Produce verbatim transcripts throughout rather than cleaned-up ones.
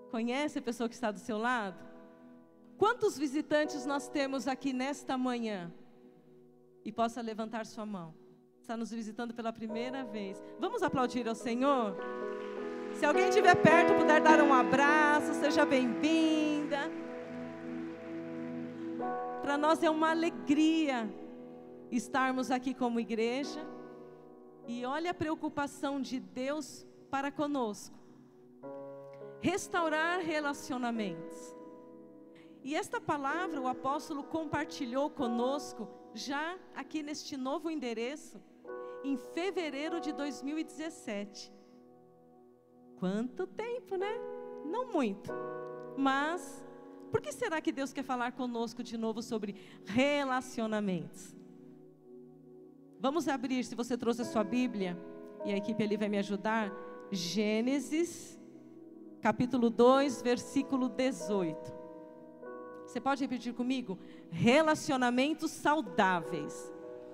Conhece a pessoa que está do seu lado? Quantos visitantes nós temos aqui nesta manhã? E possa levantar sua mão. Está nos visitando pela primeira vez. Vamos aplaudir ao Senhor? Se alguém estiver perto, puder dar um abraço, seja bem-vinda. Para nós é uma alegria estarmos aqui como igreja. E olha a preocupação de Deus para conosco. Restaurar relacionamentos. E esta palavra o apóstolo compartilhou conosco já aqui neste novo endereço, em fevereiro de dois mil e dezessete. Quanto tempo, né? Não muito. Mas, por que será que Deus quer falar conosco de novo sobre relacionamentos? Vamos abrir, se você trouxe a sua Bíblia, e a equipe ali vai me ajudar, Gênesis, capítulo dois, versículo dezoito. Você pode repetir comigo? Relacionamentos saudáveis.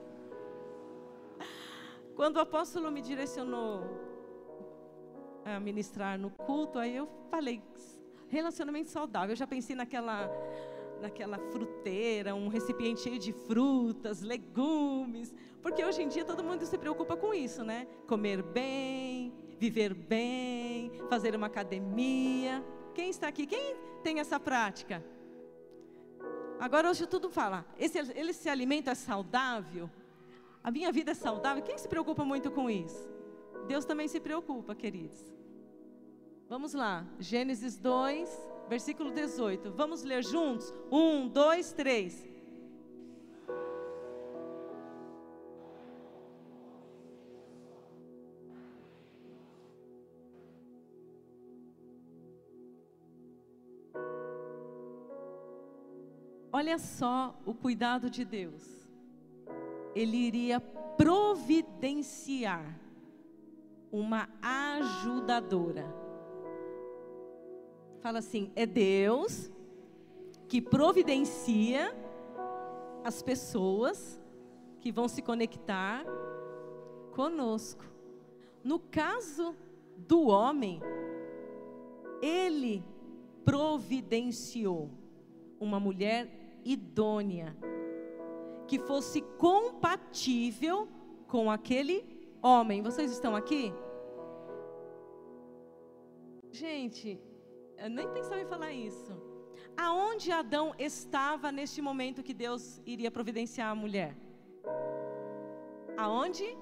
Quando o apóstolo me direcionou a ministrar no culto, aí eu falei, relacionamento saudável. Eu já pensei naquela, naquela fruteira, um recipiente cheio de frutas, legumes. Porque hoje em dia todo mundo se preocupa com isso, né? Comer bem, viver bem, fazer uma academia. Quem está aqui? Quem tem essa prática? Agora hoje tudo fala, esse, esse alimento é saudável, a minha vida é saudável. Quem se preocupa muito com isso? Deus também se preocupa, queridos. Vamos lá, Gênesis dois, versículo dezoito. Vamos ler juntos? Um, dois, três. Olha só o cuidado de Deus. Ele iria providenciar uma ajudadora. Fala assim, é Deus que providencia as pessoas que vão se conectar conosco. No caso do homem, ele providenciou uma mulher idônea, que fosse compatível com aquele homem. Vocês estão aqui? Gente, eu nem pensava em falar isso. Aonde Adão estava neste momento que Deus iria providenciar a mulher? Aonde?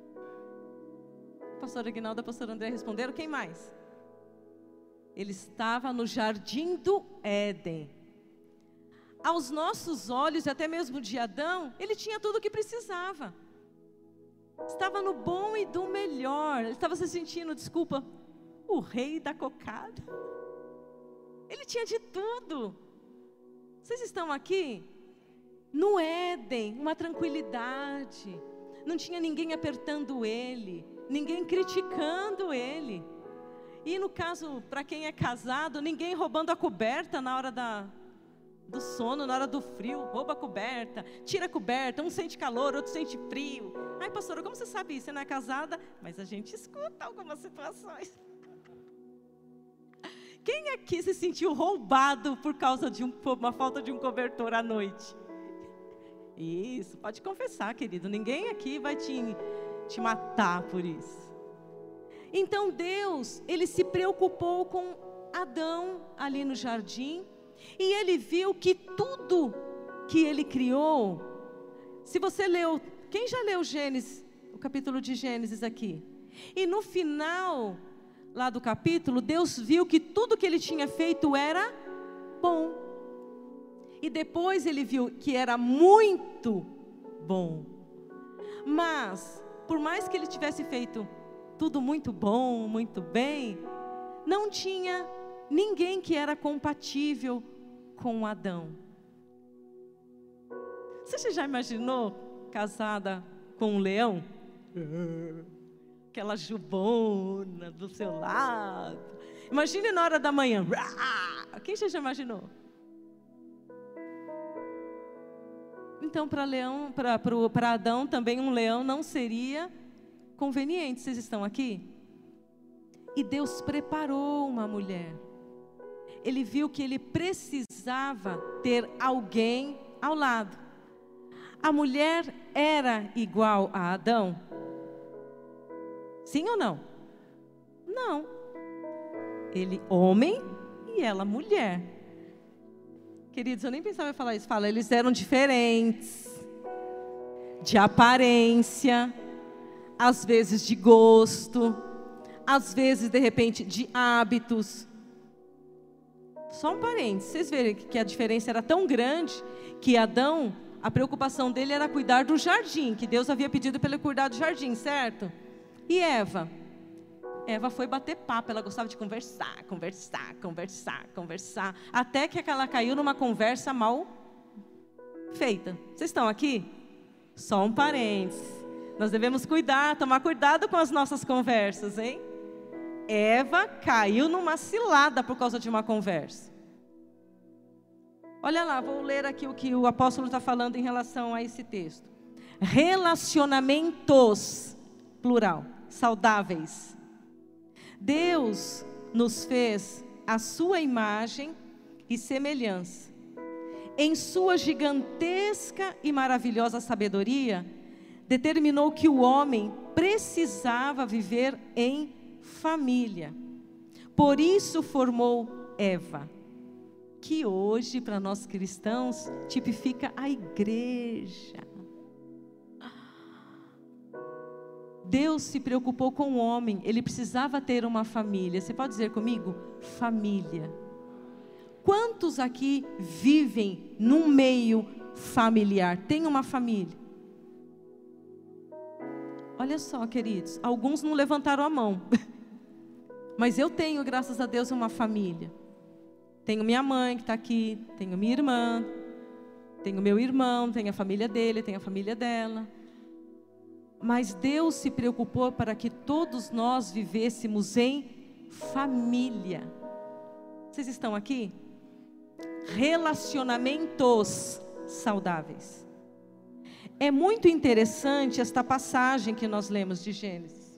A pastora Aguinaldo e a pastora André responderam. Quem mais? Ele estava no jardim do Éden. Aos nossos olhos, e até mesmo de Adão, ele tinha tudo o que precisava. Estava no bom e do melhor. Ele estava se sentindo, desculpa, o rei da cocada. Ele tinha de tudo. Vocês estão aqui? No Éden, uma tranquilidade. Não tinha ninguém apertando ele, ninguém criticando ele. E no caso, para quem é casado, ninguém roubando a coberta na hora da... do sono, na hora do frio, rouba a coberta, tira a coberta, um sente calor, outro sente frio. Ai, pastora, como você sabe isso? Você não é casada? Mas a gente escuta algumas situações. Quem aqui se sentiu roubado por causa de um, uma falta de um cobertor à noite? Isso, pode confessar, querido. Ninguém aqui vai te, te matar por isso. Então Deus, Ele se preocupou com Adão ali no jardim. E Ele viu que tudo que Ele criou, se você leu, quem já leu Gênesis, o capítulo de Gênesis aqui? E no final, lá do capítulo, Deus viu que tudo que Ele tinha feito era bom. E depois Ele viu que era muito bom. Mas, por mais que Ele tivesse feito tudo muito bom, muito bem, não tinha ninguém que era compatível com Adão. Você já imaginou casada com um leão? Aquela jubona do seu lado. Imagine na hora da manhã. Quem já imaginou? Então, para leão, para para Adão também um leão não seria conveniente. Vocês estão aqui? E Deus preparou uma mulher. ele viu que ele precisava ter alguém ao lado. A mulher era igual a Adão? Sim ou não? Não. Ele homem e ela mulher. Queridos, eu nem pensava em falar isso. Fala, eles eram diferentes, de aparência, às vezes de gosto, às vezes de repente de hábitos. Só um parênteses, vocês verem que a diferença era tão grande que Adão, a preocupação dele era cuidar do jardim, que Deus havia pedido para ele cuidar do jardim, certo? E Eva? Eva foi bater papo, ela gostava de conversar, conversar, conversar, conversar, até que ela caiu numa conversa mal feita. Vocês estão aqui? Só um parênteses. Nós devemos cuidar, tomar cuidado com as nossas conversas, hein? Eva caiu numa cilada por causa de uma conversa. Olha lá, vou ler aqui o que o apóstolo está falando em relação a esse texto. Relacionamentos, plural, saudáveis. Deus nos fez a sua imagem e semelhança. Em sua gigantesca e maravilhosa sabedoria, determinou que o homem precisava viver em família. Por isso formou Eva, que hoje para nós cristãos tipifica a igreja. Deus se preocupou com o homem, ele precisava ter uma família. Você pode dizer comigo? Família. Quantos aqui vivem num meio familiar? Tem uma família? Olha só, queridos, alguns não levantaram a mão. Mas eu tenho, graças a Deus, uma família. Tenho minha mãe que está aqui, tenho minha irmã, tenho meu irmão, tenho a família dele, tenho a família dela. Mas Deus se preocupou para que todos nós vivêssemos em família. Vocês estão aqui? Relacionamentos saudáveis. É muito interessante esta passagem que nós lemos de Gênesis.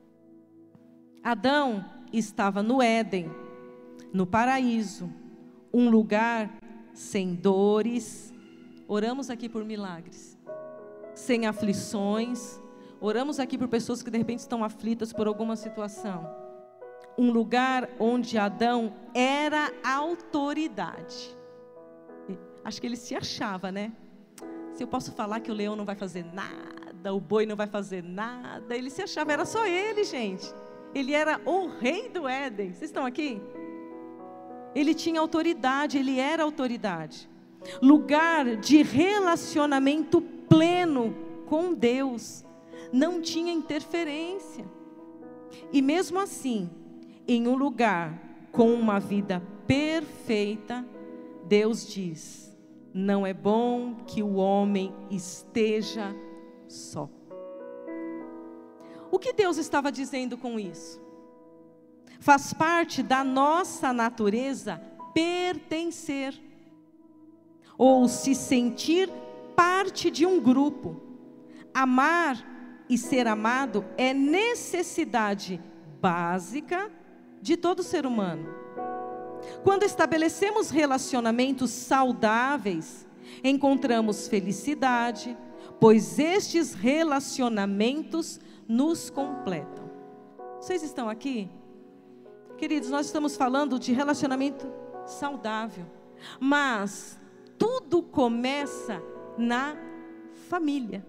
Adão estava no Éden, no paraíso, um lugar sem dores. Oramos aqui por milagres, sem aflições. Oramos aqui por pessoas que de repente estão aflitas por alguma situação. Um lugar onde Adão era autoridade. Acho que ele se achava, né? Se eu posso falar que o leão não vai fazer nada, o boi não vai fazer nada. Ele se achava, era só ele, gente. Ele era o rei do Éden. Vocês estão aqui? Ele tinha autoridade, ele era autoridade. Lugar de relacionamento pleno com Deus. Não tinha interferência. E mesmo assim, em um lugar com uma vida perfeita, Deus diz: não é bom que o homem esteja só. O que Deus estava dizendo com isso? Faz parte da nossa natureza pertencer, ou se sentir parte de um grupo. Amar e ser amado é necessidade básica de todo ser humano. Quando estabelecemos relacionamentos saudáveis, encontramos felicidade, pois estes relacionamentos nos completam. Vocês estão aqui? Queridos, nós estamos falando de relacionamento saudável, mas tudo começa na família.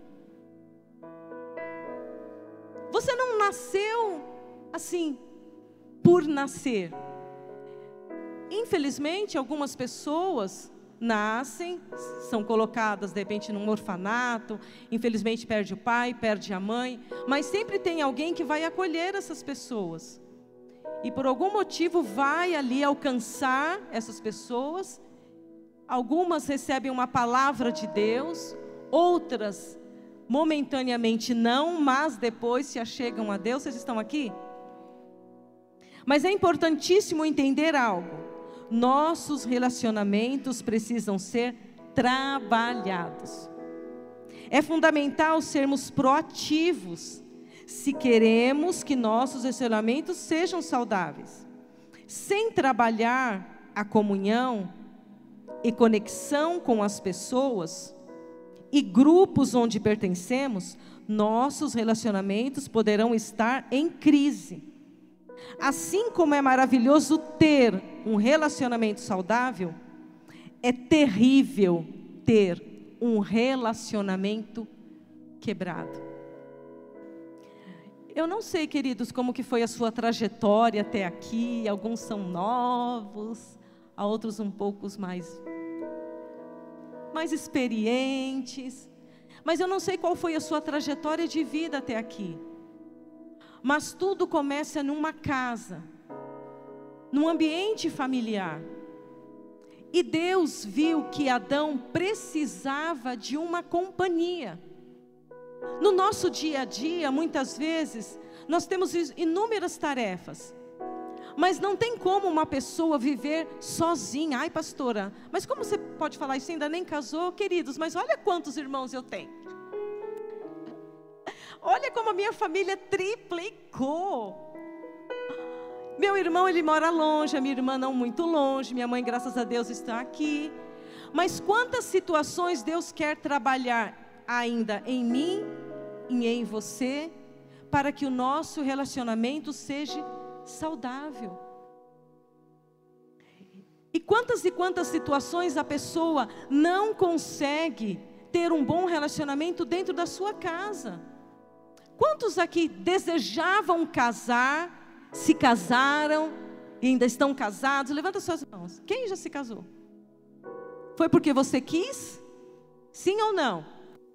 Você não nasceu assim, por nascer. Infelizmente, algumas pessoas nascem, são colocadas de repente num orfanato, infelizmente perde o pai, perde a mãe, mas sempre tem alguém que vai acolher essas pessoas. E por algum motivo vai ali alcançar essas pessoas. Algumas recebem uma palavra de Deus, outras momentaneamente não, mas depois se achegam a Deus. Vocês estão aqui? Mas é importantíssimo entender algo. Nossos relacionamentos precisam ser trabalhados. É fundamental sermos proativos se queremos que nossos relacionamentos sejam saudáveis. Sem trabalhar a comunhão e conexão com as pessoas e grupos onde pertencemos, nossos relacionamentos poderão estar em crise. Assim como é maravilhoso ter um relacionamento saudável, é terrível ter um relacionamento quebrado. Eu não sei, queridos, como que foi a sua trajetória até aqui. Alguns são novos, a outros um pouco mais, mais experientes. Mas eu não sei qual foi a sua trajetória de vida até aqui. Mas tudo começa numa casa, num ambiente familiar. E Deus viu que Adão precisava de uma companhia. No nosso dia a dia, muitas vezes, nós temos inúmeras tarefas. Mas não tem como uma pessoa viver sozinha. Ai, pastora, mas como você pode falar isso? Ainda nem casou? Queridos, mas olha quantos irmãos eu tenho. Olha como a minha família triplicou. Meu irmão, ele mora longe, a minha irmã não muito longe, minha mãe, graças a Deus, está aqui. Mas quantas situações Deus quer trabalhar ainda em mim e em você, para que o nosso relacionamento seja saudável. E quantas e quantas situações a pessoa não consegue ter um bom relacionamento dentro da sua casa. Quantos aqui desejavam casar, se casaram e ainda estão casados? Levanta suas mãos. Quem já se casou? Foi porque você quis? Sim ou não?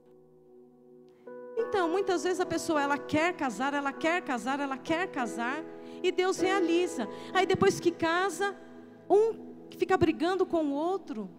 Então, muitas vezes a pessoa, ela quer casar, ela quer casar, ela quer casar, e Deus realiza. Aí depois que casa, um fica brigando com o outro.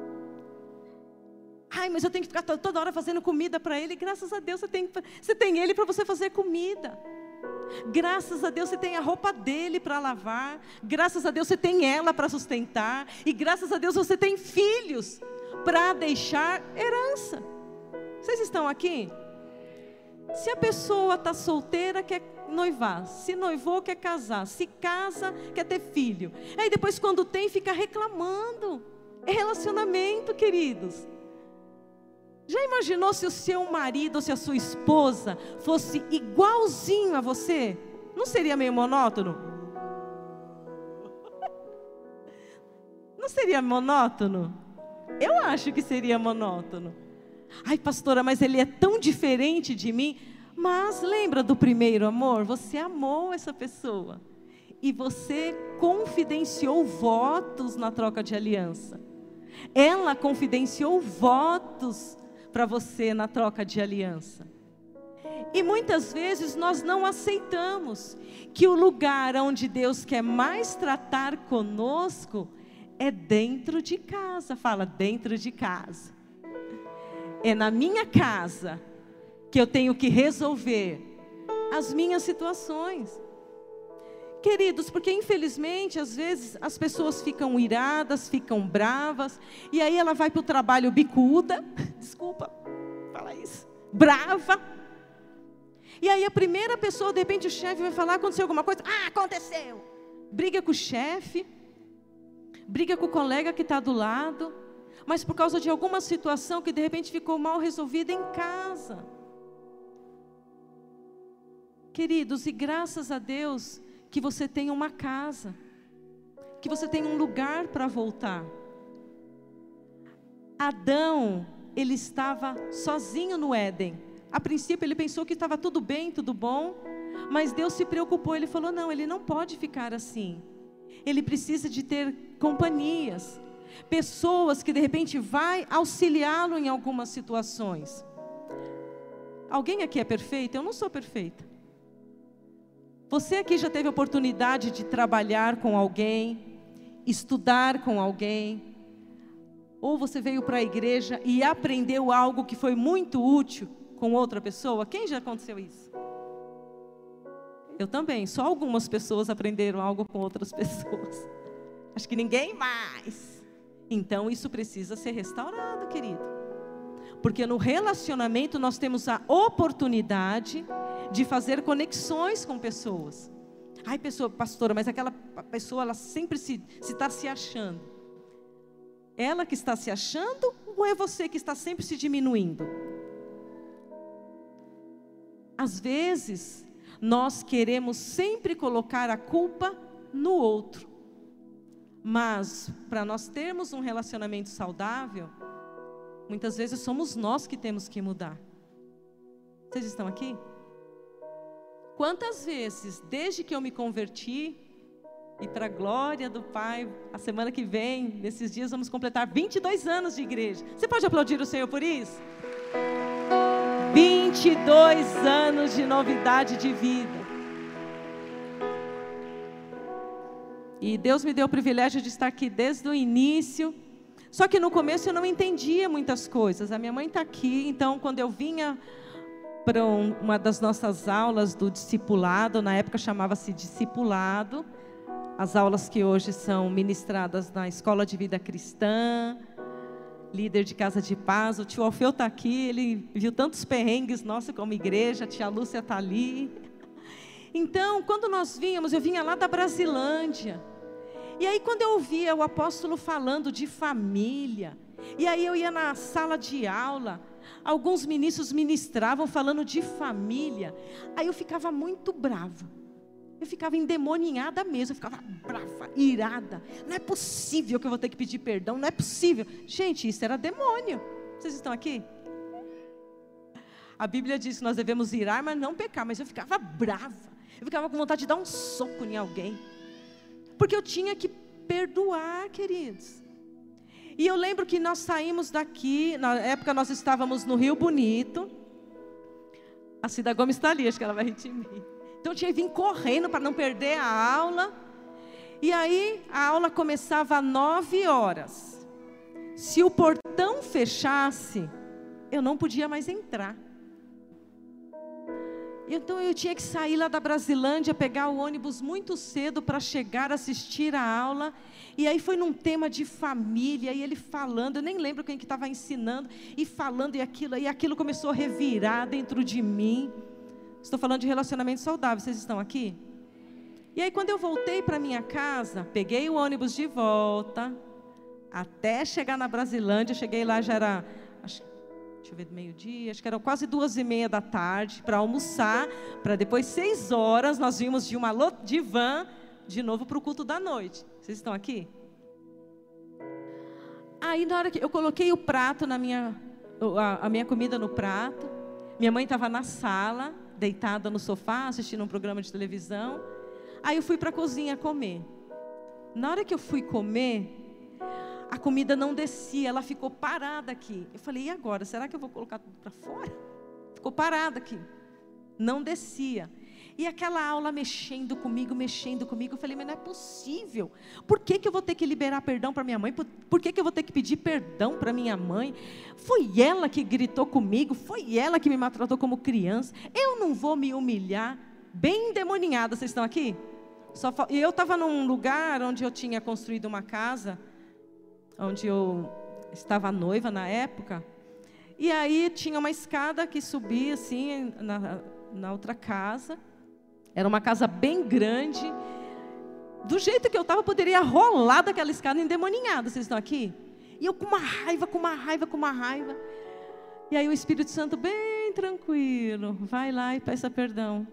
Ai, mas eu tenho que ficar toda hora fazendo comida para ele. Graças a Deus você tem, você tem ele para você fazer comida. Graças a Deus você tem a roupa dele para lavar. Graças a Deus você tem ela para sustentar. E graças a Deus você tem filhos para deixar herança. Vocês estão aqui? Se a pessoa está solteira, quer noivar. Se noivou, quer casar. Se casa, quer ter filho. Aí depois quando tem, fica reclamando. É relacionamento, queridos. Já imaginou se o seu marido ou se a sua esposa fosse igualzinho a você? Não seria meio monótono? Não seria monótono? Eu acho que seria monótono. Ai, pastora, mas ele é tão diferente de mim. Mas lembra do primeiro amor? Você amou essa pessoa. E você confidenciou votos na troca de aliança. Ela confidenciou votos para você na troca de aliança. E muitas vezes nós não aceitamos que o lugar onde Deus quer mais tratar conosco é dentro de casa. Fala, dentro de casa. É na minha casa que eu tenho que resolver as minhas situações. Queridos, porque infelizmente às vezes as pessoas ficam iradas, ficam bravas, e aí ela vai para o trabalho bicuda, desculpa falar isso, brava, e aí a primeira pessoa, de repente o chefe vai falar, aconteceu alguma coisa, ah, aconteceu, briga com o chefe, briga com o colega que está do lado, mas por causa de alguma situação que de repente ficou mal resolvida em casa. Queridos, e graças a Deus que você tem uma casa, que você tem um lugar para voltar. Adão, ele estava sozinho no Éden. A princípio ele pensou que estava tudo bem, tudo bom, mas Deus se preocupou, ele falou, não, ele não pode ficar assim. Ele precisa de ter companhias, pessoas que de repente vai auxiliá-lo em algumas situações. Alguém aqui é perfeito? Eu não sou perfeita. Você aqui já teve a oportunidade de trabalhar com alguém, estudar com alguém, ou você veio para a igreja e aprendeu algo que foi muito útil com outra pessoa? Quem já aconteceu isso? Eu também, só algumas pessoas aprenderam algo com outras pessoas. Acho que ninguém mais. Então isso precisa ser restaurado, querido. Porque no relacionamento nós temos a oportunidade de fazer conexões com pessoas. Ai, pessoa, pastora, mas aquela pessoa, ela sempre se está se, se achando. Ela que está se achando ou é você que está sempre se diminuindo? Às vezes, nós queremos sempre colocar a culpa no outro. Mas, para nós termos um relacionamento saudável, muitas vezes somos nós que temos que mudar. Vocês estão aqui? Quantas vezes, desde que eu me converti, e para a glória do Pai, a semana que vem, nesses dias, vamos completar vinte e dois anos de igreja. Você pode aplaudir o Senhor por isso? vinte e dois anos de novidade de vida. E Deus me deu o privilégio de estar aqui desde o início. Só que no começo eu não entendia muitas coisas. A minha mãe está aqui, então quando eu vinha para uma das nossas aulas do discipulado, na época chamava-se discipulado, as aulas que hoje são ministradas na Escola de Vida Cristã, líder de Casa de Paz, o tio Alfeu está aqui, ele viu tantos perrengues, nossa, como igreja, a tia Lúcia está ali. Então, quando nós vínhamos, eu vinha lá da Brasilândia, e aí quando eu ouvia o apóstolo falando de família, e aí eu ia na sala de aula, alguns ministros ministravam falando de família, aí eu ficava muito brava, eu ficava endemoninhada mesmo, eu ficava brava, irada, não é possível que eu vou ter que pedir perdão, não é possível, gente, isso era demônio. Vocês estão aqui? A Bíblia diz que nós devemos irar, mas não pecar, mas eu ficava brava, eu ficava com vontade de dar um soco em alguém, porque eu tinha que perdoar, queridos. E eu lembro que nós saímos daqui, na época nós estávamos no Rio Bonito. A Cida Gomes está ali, acho que ela vai rir de mim. Então eu tinha que vir correndo para não perder a aula. E aí a aula começava às nove horas. Se o portão fechasse, eu não podia mais entrar. Então eu tinha que sair lá da Brasilândia, pegar o ônibus muito cedo para chegar a assistir a aula. E aí foi num tema de família, e ele falando, eu nem lembro quem que estava ensinando, e falando e aquilo, e aquilo começou a revirar dentro de mim. Estou falando de relacionamento saudável, vocês estão aqui? E aí quando eu voltei para minha casa, peguei o ônibus de volta, até chegar na Brasilândia, cheguei lá, já era, acho, deixa eu ver, meio-dia, acho que eram quase duas e meia da tarde, para almoçar, para depois seis horas, nós vimos de uma de van, de novo para o culto da noite. Vocês estão aqui? Aí na hora que eu coloquei o prato na minha, a, a minha comida no prato, minha mãe estava na sala, deitada no sofá, assistindo um programa de televisão. Aí eu fui para a cozinha comer. Na hora que eu fui comer, a comida não descia, ela ficou parada aqui. Eu falei, e agora? Será que eu vou colocar tudo para fora? Ficou parada aqui, não descia. E aquela aula mexendo comigo, mexendo comigo, eu falei, mas não é possível. Por que que eu vou ter que liberar perdão para minha mãe? Por, por que que eu vou ter que pedir perdão para minha mãe? Foi ela que gritou comigo, foi ela que me maltratou como criança. Eu não vou me humilhar, bem endemoninhada, vocês estão aqui? Só, e eu estava num lugar onde eu tinha construído uma casa, onde eu estava noiva na época, e aí tinha uma escada que subia assim, na, na outra casa. Era uma casa bem grande. Do jeito que eu estava, eu poderia rolar daquela escada endemoninhada. Vocês estão aqui? E eu com uma raiva, com uma raiva, com uma raiva. E aí o Espírito Santo, bem tranquilo, vai lá e peça perdão.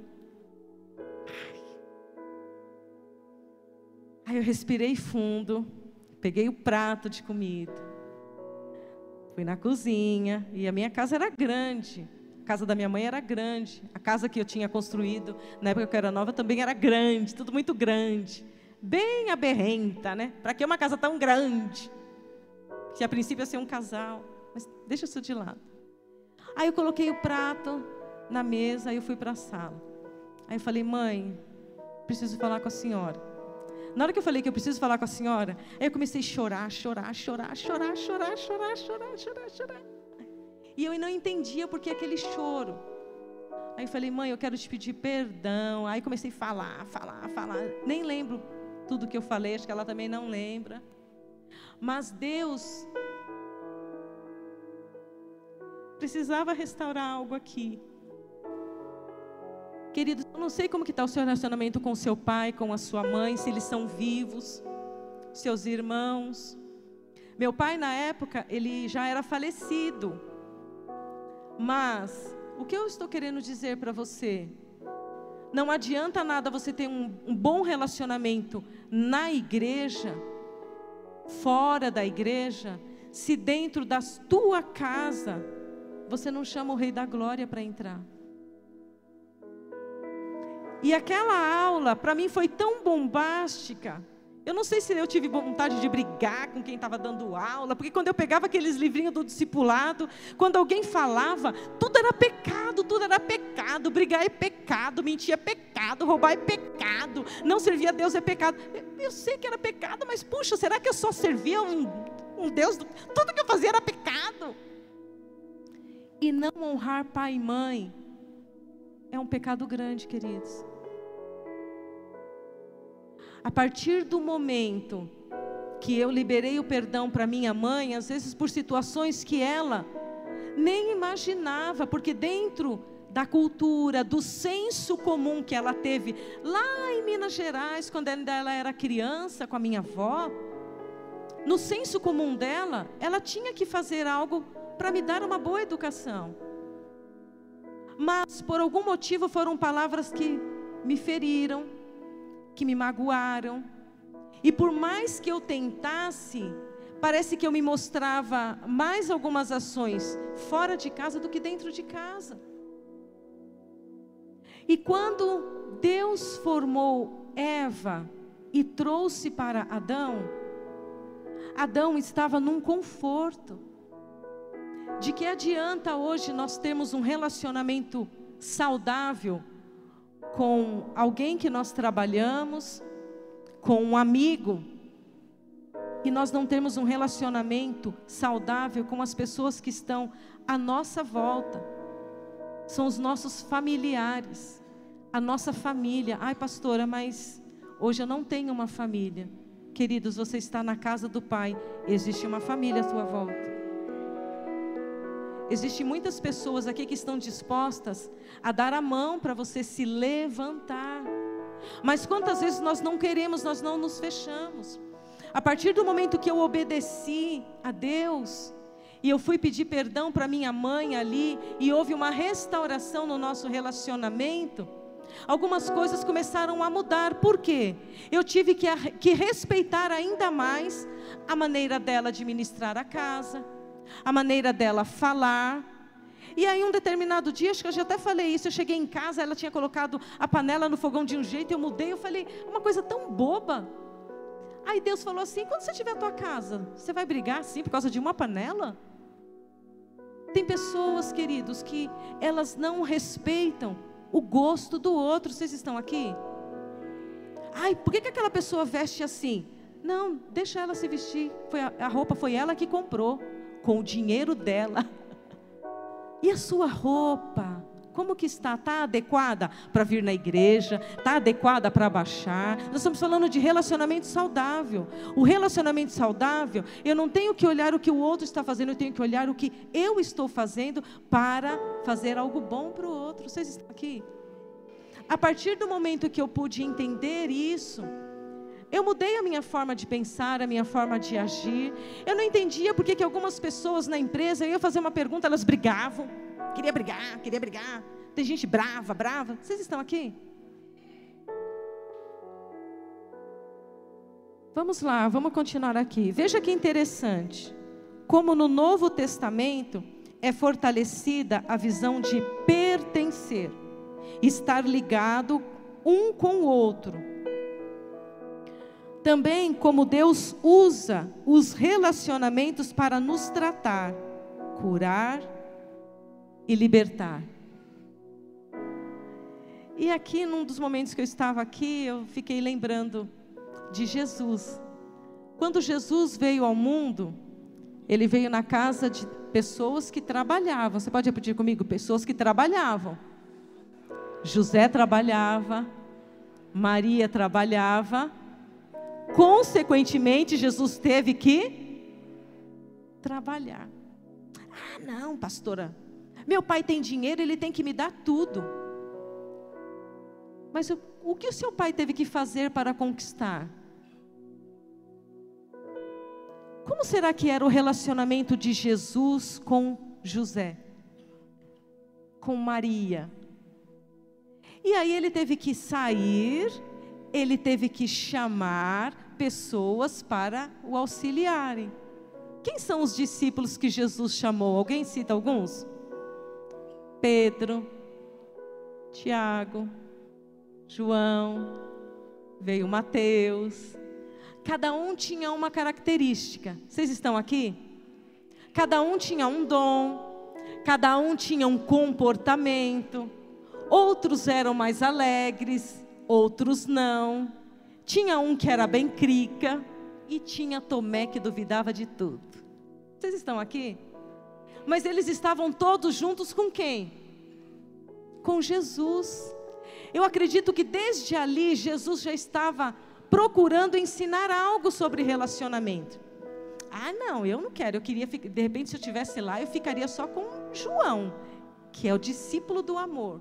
Aí eu respirei fundo, peguei o prato de comida, fui na cozinha, e a minha casa era grande. A casa da minha mãe era grande. A casa que eu tinha construído, na época que eu era nova, também era grande. Tudo muito grande. Bem aberrenta, né? Para que uma casa tão grande? Que a princípio ia ser um casal. Mas deixa isso de lado. Aí eu coloquei o prato na mesa, aí eu fui para a sala. Aí eu falei, mãe, preciso falar com a senhora. Na hora que eu falei que eu preciso falar com a senhora, aí eu comecei a chorar, chorar, chorar, chorar, chorar, chorar, chorar, chorar, chorar. E eu não entendia por que aquele choro. Aí eu falei, mãe, eu quero te pedir perdão. Aí comecei a falar, falar, falar. Nem lembro tudo que eu falei, acho que ela também não lembra. Mas Deus precisava restaurar algo aqui. Queridos, eu não sei como que está o seu relacionamento com o seu pai, com a sua mãe, se eles são vivos, seus irmãos. Meu pai, na época, ele já era falecido. Mas, o que eu estou querendo dizer para você? Não adianta nada você ter um, um bom relacionamento na igreja, fora da igreja, se dentro da tua casa, você não chama o Rei da Glória para entrar. E aquela aula, para mim, foi tão bombástica. Eu não sei se eu tive vontade de brigar com quem estava dando aula, porque quando eu pegava aqueles livrinhos do discipulado, quando alguém falava, tudo era pecado, tudo era pecado, brigar é pecado, mentir é pecado, roubar é pecado, não servir a Deus é pecado. Eu, eu sei que era pecado, mas puxa, será que eu só servia um, um Deus? Tudo que eu fazia era pecado. E não honrar pai e mãe é um pecado grande, queridos. A partir do momento que eu liberei o perdão para minha mãe, às vezes por situações que ela nem imaginava, porque dentro da cultura, do senso comum que ela teve lá em Minas Gerais, quando ela era criança com a minha avó, no senso comum dela, ela tinha que fazer algo para me dar uma boa educação. Mas por algum motivo foram palavras que me feriram, que me magoaram, e por mais que eu tentasse, parece que eu me mostrava mais algumas ações fora de casa do que dentro de casa. E quando Deus formou Eva e trouxe para Adão, Adão estava num conforto. De que adianta hoje nós termos um relacionamento saudável com alguém que nós trabalhamos, com um amigo, e nós não temos um relacionamento saudável com as pessoas que estão à nossa volta? São os nossos familiares, a nossa família. Ai, pastora, mas hoje eu não tenho uma família. Queridos, você está na casa do Pai, existe uma família à sua volta. Existem muitas pessoas aqui que estão dispostas a dar a mão para você se levantar. Mas quantas vezes nós não queremos, nós não nos fechamos. A partir do momento que eu obedeci a Deus, e eu fui pedir perdão para minha mãe ali, e houve uma restauração no nosso relacionamento, algumas coisas começaram a mudar. Por quê? Eu tive que, que respeitar ainda mais a maneira dela administrar a casa, a maneira dela falar. E aí um determinado dia, acho que eu já até falei isso, eu cheguei em casa, ela tinha colocado a panela no fogão de um jeito, eu mudei, eu falei, uma coisa tão boba. Aí Deus falou assim, quando você tiver a tua casa, você vai brigar assim por causa de uma panela? Tem pessoas, queridos, que elas não respeitam o gosto do outro. Vocês estão aqui? Ai, por que que aquela pessoa veste assim? Não, deixa ela se vestir, foi a, a roupa foi ela que comprou, com o dinheiro dela. E a sua roupa, como que está? Está adequada para vir na igreja? Está adequada para baixar? Nós estamos falando de relacionamento saudável. O relacionamento saudável, eu não tenho que olhar o que o outro está fazendo, eu tenho que olhar o que eu estou fazendo para fazer algo bom para o outro. Vocês estão aqui? A partir do momento que eu pude entender isso, eu mudei a minha forma de pensar, a minha forma de agir. Eu não entendia porque que algumas pessoas na empresa, eu ia fazer uma pergunta, elas brigavam. Queria brigar, queria brigar. Tem gente brava, brava. Vocês estão aqui? Vamos lá, vamos continuar aqui. Veja que interessante. Como no Novo Testamento é fortalecida a visão de pertencer. Estar ligado um com o outro. Também como Deus usa os relacionamentos para nos tratar, curar e libertar. E aqui, num dos momentos que eu estava aqui, eu fiquei lembrando de Jesus. Quando Jesus veio ao mundo, Ele veio na casa de pessoas que trabalhavam. Você pode repetir comigo? Pessoas que trabalhavam. José trabalhava, Maria trabalhava. Consequentemente, Jesus teve que trabalhar. Ah, não, pastora, meu pai tem dinheiro, ele tem que me dar tudo. Mas o, o que o seu pai teve que fazer para conquistar? Como será que era o relacionamento de Jesus com José? Com Maria? E aí ele teve que sair, ele teve que chamar pessoas para o auxiliarem. Quem são os discípulos que Jesus chamou? Alguém cita alguns? Pedro, Tiago, João, veio Mateus. Cada um tinha uma característica. Vocês estão aqui? Cada um tinha um dom, cada um tinha um comportamento. Outros eram mais alegres, outros não. Tinha um que era bem crica e tinha Tomé que duvidava de tudo. Vocês estão aqui? Mas eles estavam todos juntos com quem? Com Jesus. Eu acredito que desde ali Jesus já estava procurando ensinar algo sobre relacionamento. Ah, não, eu não quero. Eu queria, de repente, se eu estivesse lá, eu ficaria só com João, que é o discípulo do amor.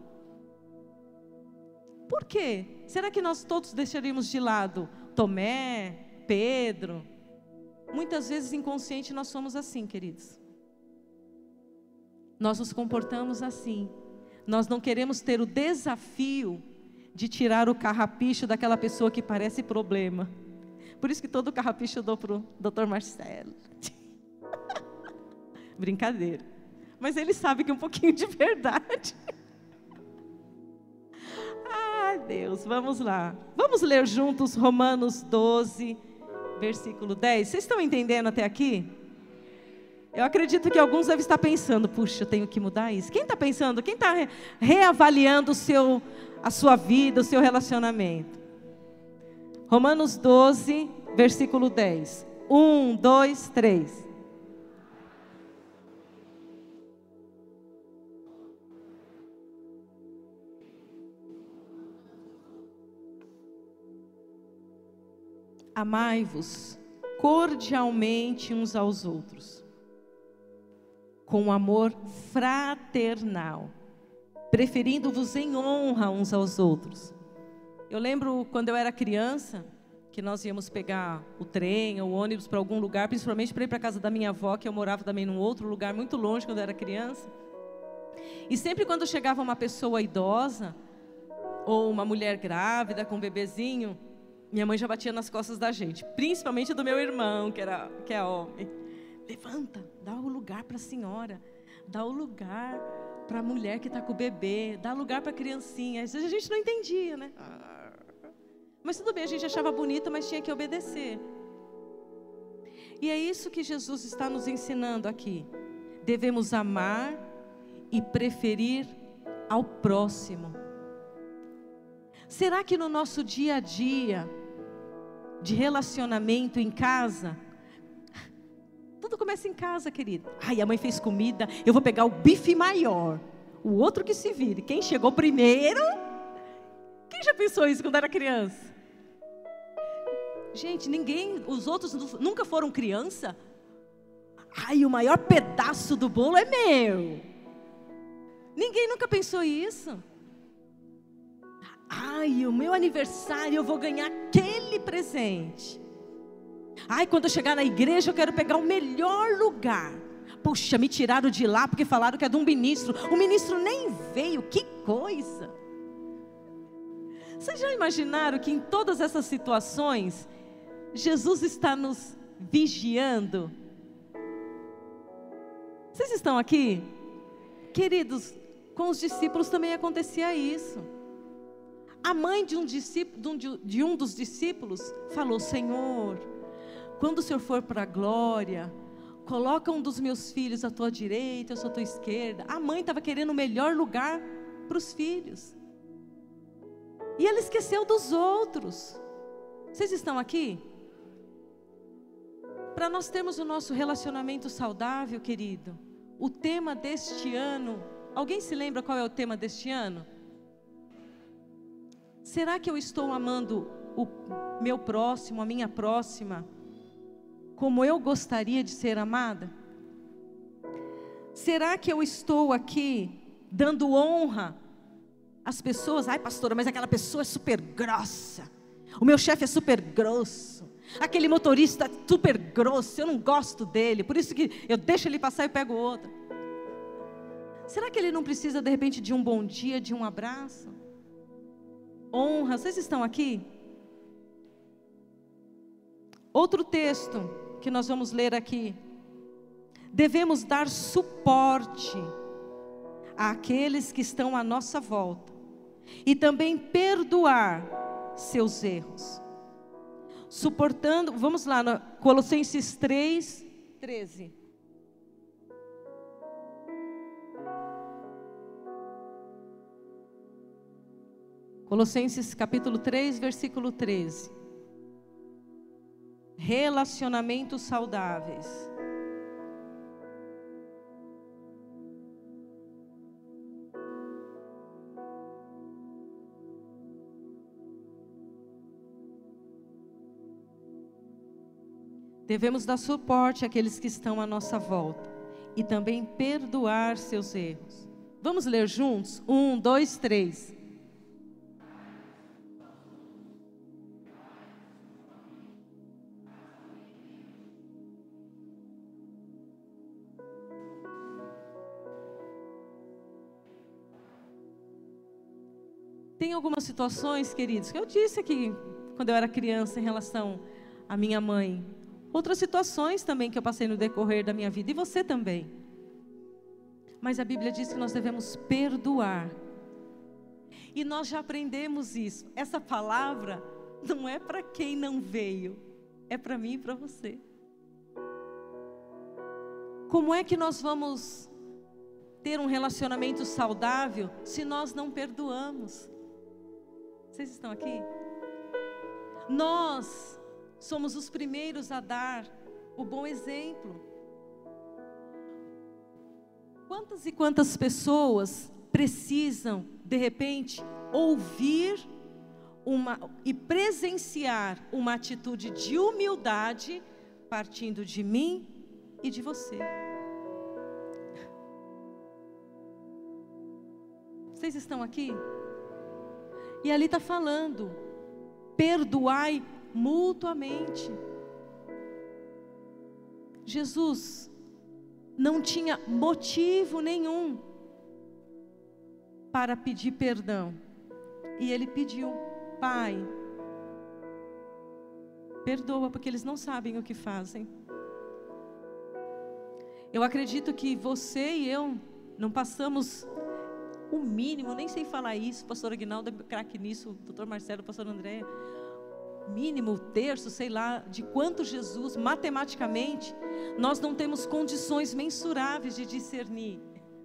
Por quê? Será que nós todos deixaríamos de lado Tomé, Pedro? Muitas vezes inconsciente nós somos assim, queridos. Nós nos comportamos assim. Nós não queremos ter o desafio de tirar o carrapicho daquela pessoa que parece problema. Por isso que todo o carrapicho eu dou para o doutor Marcelo. Brincadeira. Mas ele sabe que é um pouquinho de verdade. Ai, Deus, vamos lá. Vamos ler juntos Romanos doze, versículo dez. Vocês estão entendendo até aqui? Eu acredito que alguns devem estar pensando, puxa, eu tenho que mudar isso. Quem está pensando? Quem está re reavaliando o seu, a sua vida, o seu relacionamento? Romanos doze, versículo dez. Um, dois, três. Amai-vos cordialmente uns aos outros, com amor fraternal, preferindo-vos em honra uns aos outros. Eu lembro quando eu era criança, que nós íamos pegar o trem ou o ônibus para algum lugar, principalmente para ir para a casa da minha avó, que eu morava também num outro lugar muito longe quando eu era criança. E sempre quando chegava uma pessoa idosa, ou uma mulher grávida com um bebezinho, minha mãe já batia nas costas da gente, principalmente do meu irmão, que, era, que é homem. Levanta, dá o lugar para a senhora, dá o lugar para a mulher que está com o bebê, dá lugar para a criancinha. Às vezes a gente não entendia, né? Mas tudo bem, a gente achava bonita, mas tinha que obedecer. E é isso que Jesus está nos ensinando aqui. Devemos amar e preferir ao próximo. Será que no nosso dia a dia, de relacionamento em casa, tudo começa em casa, querido. Ai, a mãe fez comida, eu vou pegar o bife maior, o outro que se vire. Quem chegou primeiro? Quem já pensou isso quando era criança? Gente, ninguém, os outros nunca foram criança. Ai, o maior pedaço do bolo é meu. Ninguém nunca pensou isso. Ai, o meu aniversário eu vou ganhar aquele presente. Ai, quando eu chegar na igreja eu quero pegar o melhor lugar. Puxa, me tiraram de lá porque falaram que é de um ministro. O ministro nem veio, que coisa. Vocês já imaginaram que em todas essas situações, Jesus está nos vigiando? Vocês estão aqui? Queridos, com os discípulos também acontecia isso. A mãe de um, discípulo, de um dos discípulos falou: Senhor, quando o Senhor for para a glória, coloca um dos meus filhos à tua direita, eu sou à tua esquerda. A mãe estava querendo o melhor lugar para os filhos. E ela esqueceu dos outros. Vocês estão aqui? Para nós termos o nosso relacionamento saudável, querido, o tema deste ano, alguém se lembra qual é o tema deste ano? Será que eu estou amando o meu próximo, a minha próxima, como eu gostaria de ser amada? Será que eu estou aqui dando honra As pessoas, ai pastora, mas aquela pessoa é super grossa. O meu chefe é super grosso. Aquele motorista é super grosso, eu não gosto dele. Por isso que eu deixo ele passar e pego outro. Será que ele não precisa de repente de um bom dia, de um abraço? Honra, vocês estão aqui? Outro texto que nós vamos ler aqui. Devemos dar suporte àqueles que estão à nossa volta e também perdoar seus erros. Suportando, vamos lá, no Colossenses três, treze. Colossenses capítulo três, versículo treze. Relacionamentos saudáveis. Devemos dar suporte àqueles que estão à nossa volta e também perdoar seus erros. Vamos ler juntos? Um, dois, três. Tem algumas situações, queridos, que eu disse aqui quando eu era criança em relação à minha mãe. Outras situações também que eu passei no decorrer da minha vida, e você também. Mas a Bíblia diz que nós devemos perdoar. E nós já aprendemos isso. Essa palavra não é para quem não veio, é para mim e para você. Como é que nós vamos ter um relacionamento saudável se nós não perdoamos? Vocês estão aqui? Nós somos os primeiros a dar o bom exemplo. Quantas e quantas pessoas precisam, de repente, ouvir uma, e presenciar uma atitude de humildade partindo de mim e de você? Vocês estão aqui? E ali está falando, perdoai mutuamente. Jesus não tinha motivo nenhum para pedir perdão. E ele pediu: Pai, perdoa, porque eles não sabem o que fazem. Eu acredito que você e eu não passamos o mínimo, nem sei falar isso, pastor Aguinaldo é craque nisso, doutor Marcelo, pastor André, mínimo, terço, sei lá, de quanto Jesus, matematicamente, nós não temos condições mensuráveis de discernir.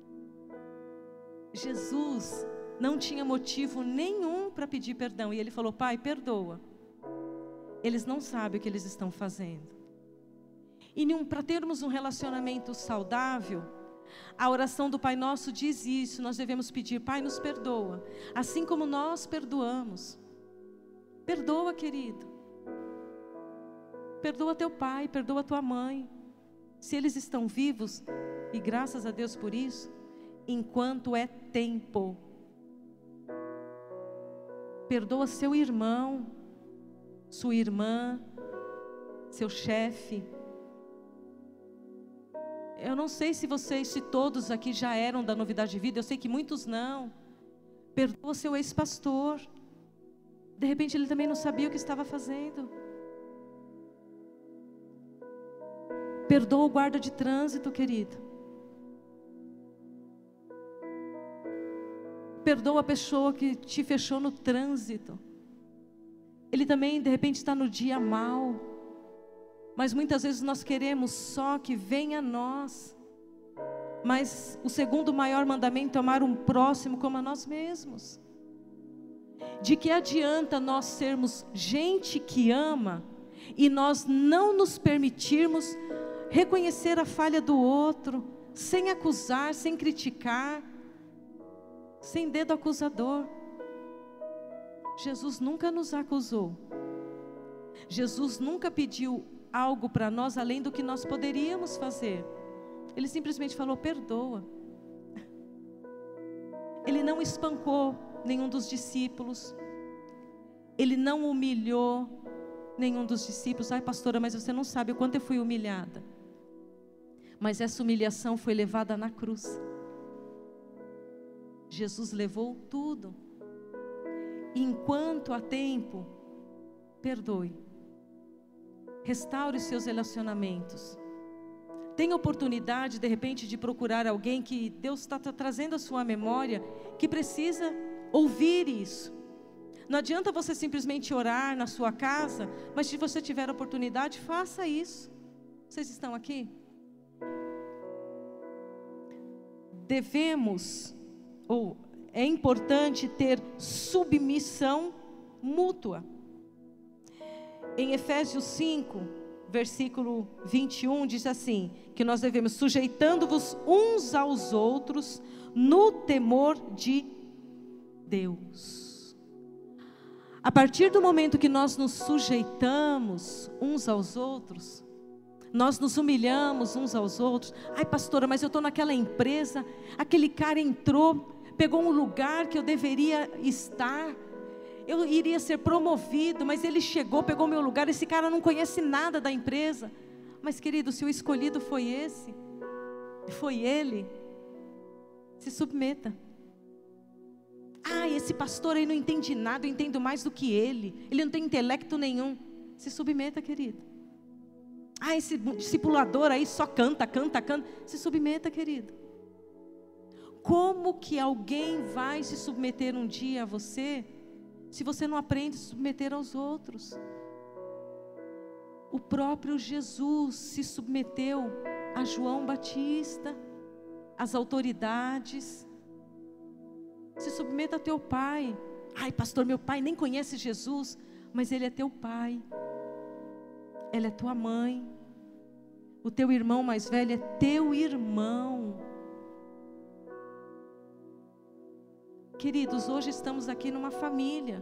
Jesus não tinha motivo nenhum para pedir perdão, e ele falou: Pai, perdoa, eles não sabem o que eles estão fazendo. E para termos um relacionamento saudável, a oração do Pai Nosso diz isso, nós devemos pedir: Pai, nos perdoa, assim como nós perdoamos. Perdoa, querido. Perdoa teu pai, perdoa tua mãe. Se eles estão vivos, e graças a Deus por isso, enquanto é tempo. Perdoa seu irmão, sua irmã, seu chefe. Eu não sei se vocês, se todos aqui já eram da Novidade de Vida, eu sei que muitos não. Perdoa seu ex-pastor. De repente ele também não sabia o que estava fazendo. Perdoa o guarda de trânsito, querido. Perdoa a pessoa que te fechou no trânsito. Ele também de repente está no dia mal. Mas muitas vezes nós queremos só que venha a nós. Mas o segundo maior mandamento é amar um próximo como a nós mesmos. De que adianta nós sermos gente que ama e nós não nos permitirmos reconhecer a falha do outro, sem acusar, sem criticar, sem dedo acusador. Jesus nunca nos acusou. Jesus nunca pediu algo para nós além do que nós poderíamos fazer. Ele simplesmente falou: perdoa. Ele não espancou nenhum dos discípulos. Ele não humilhou nenhum dos discípulos. Ai, pastora, mas você não sabe o quanto eu fui humilhada. Mas essa humilhação foi levada na cruz. Jesus levou tudo. E enquanto há tempo, perdoe. Restaure os seus relacionamentos. Tenha oportunidade, de repente, de procurar alguém que Deus está trazendo à sua memória, que precisa ouvir isso. Não adianta você simplesmente orar na sua casa, mas se você tiver oportunidade, faça isso. Vocês estão aqui? Devemos, ou é importante ter submissão mútua. Em Efésios cinco, versículo vinte e um, diz assim, que nós devemos, sujeitando-vos uns aos outros, no temor de Deus. A partir do momento que nós nos sujeitamos uns aos outros, nós nos humilhamos uns aos outros. Ai, pastora, mas eu estou naquela empresa, aquele cara entrou, pegou um lugar que eu deveria estar, eu iria ser promovido, mas ele chegou, pegou meu lugar, esse cara não conhece nada da empresa. Mas querido, se o escolhido foi esse, foi ele, se submeta. Ah, esse pastor aí não entende nada, eu entendo mais do que ele, ele não tem intelecto nenhum. Se submeta, querido. Ah, esse discipulador aí só canta, canta, canta. Se submeta, querido. Como que alguém vai se submeter um dia a você, se você não aprende a se submeter aos outros? O próprio Jesus se submeteu a João Batista, às autoridades. Se submeta a teu pai. Ai, pastor, meu pai nem conhece Jesus, mas ele é teu pai. Ela é tua mãe. O teu irmão mais velho é teu irmão. Queridos, hoje estamos aqui numa família.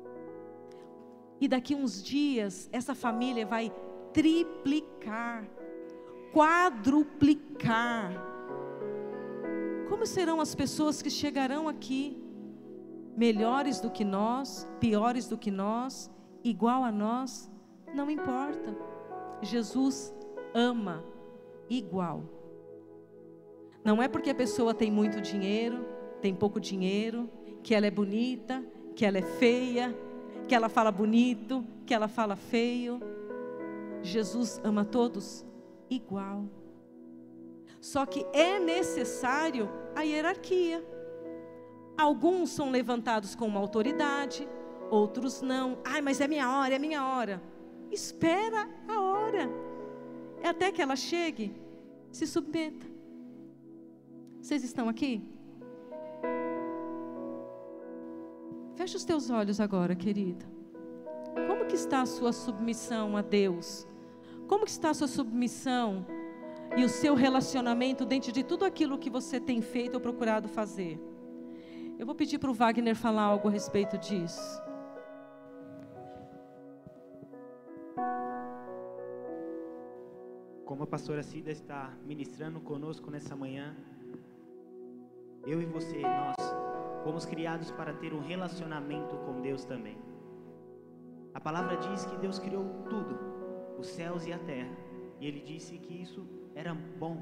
E daqui uns dias, essa família vai triplicar, quadruplicar. Como serão as pessoas que chegarão aqui? Melhores do que nós, piores do que nós, igual a nós? Não importa. Jesus ama igual. Não é porque a pessoa tem muito dinheiro, tem pouco dinheiro, que ela é bonita, que ela é feia, que ela fala bonito, que ela fala feio. Jesus ama todos igual. Só que é necessário a hierarquia. Alguns são levantados com uma autoridade, outros não. Ai, mas é minha hora, é minha hora. Espera a hora. É até que ela chegue, se submeta. Vocês estão aqui? Fecha os teus olhos agora, querida. Como que está a sua submissão a Deus? Como que está a sua submissão e o seu relacionamento dentro de tudo aquilo que você tem feito ou procurado fazer? Eu vou pedir para o Wagner falar algo a respeito disso. Como a pastora Cida está ministrando conosco nessa manhã, eu e você, nós fomos criados para ter um relacionamento com Deus também. A palavra diz que Deus criou tudo, os céus e a terra, e Ele disse que isso era bom.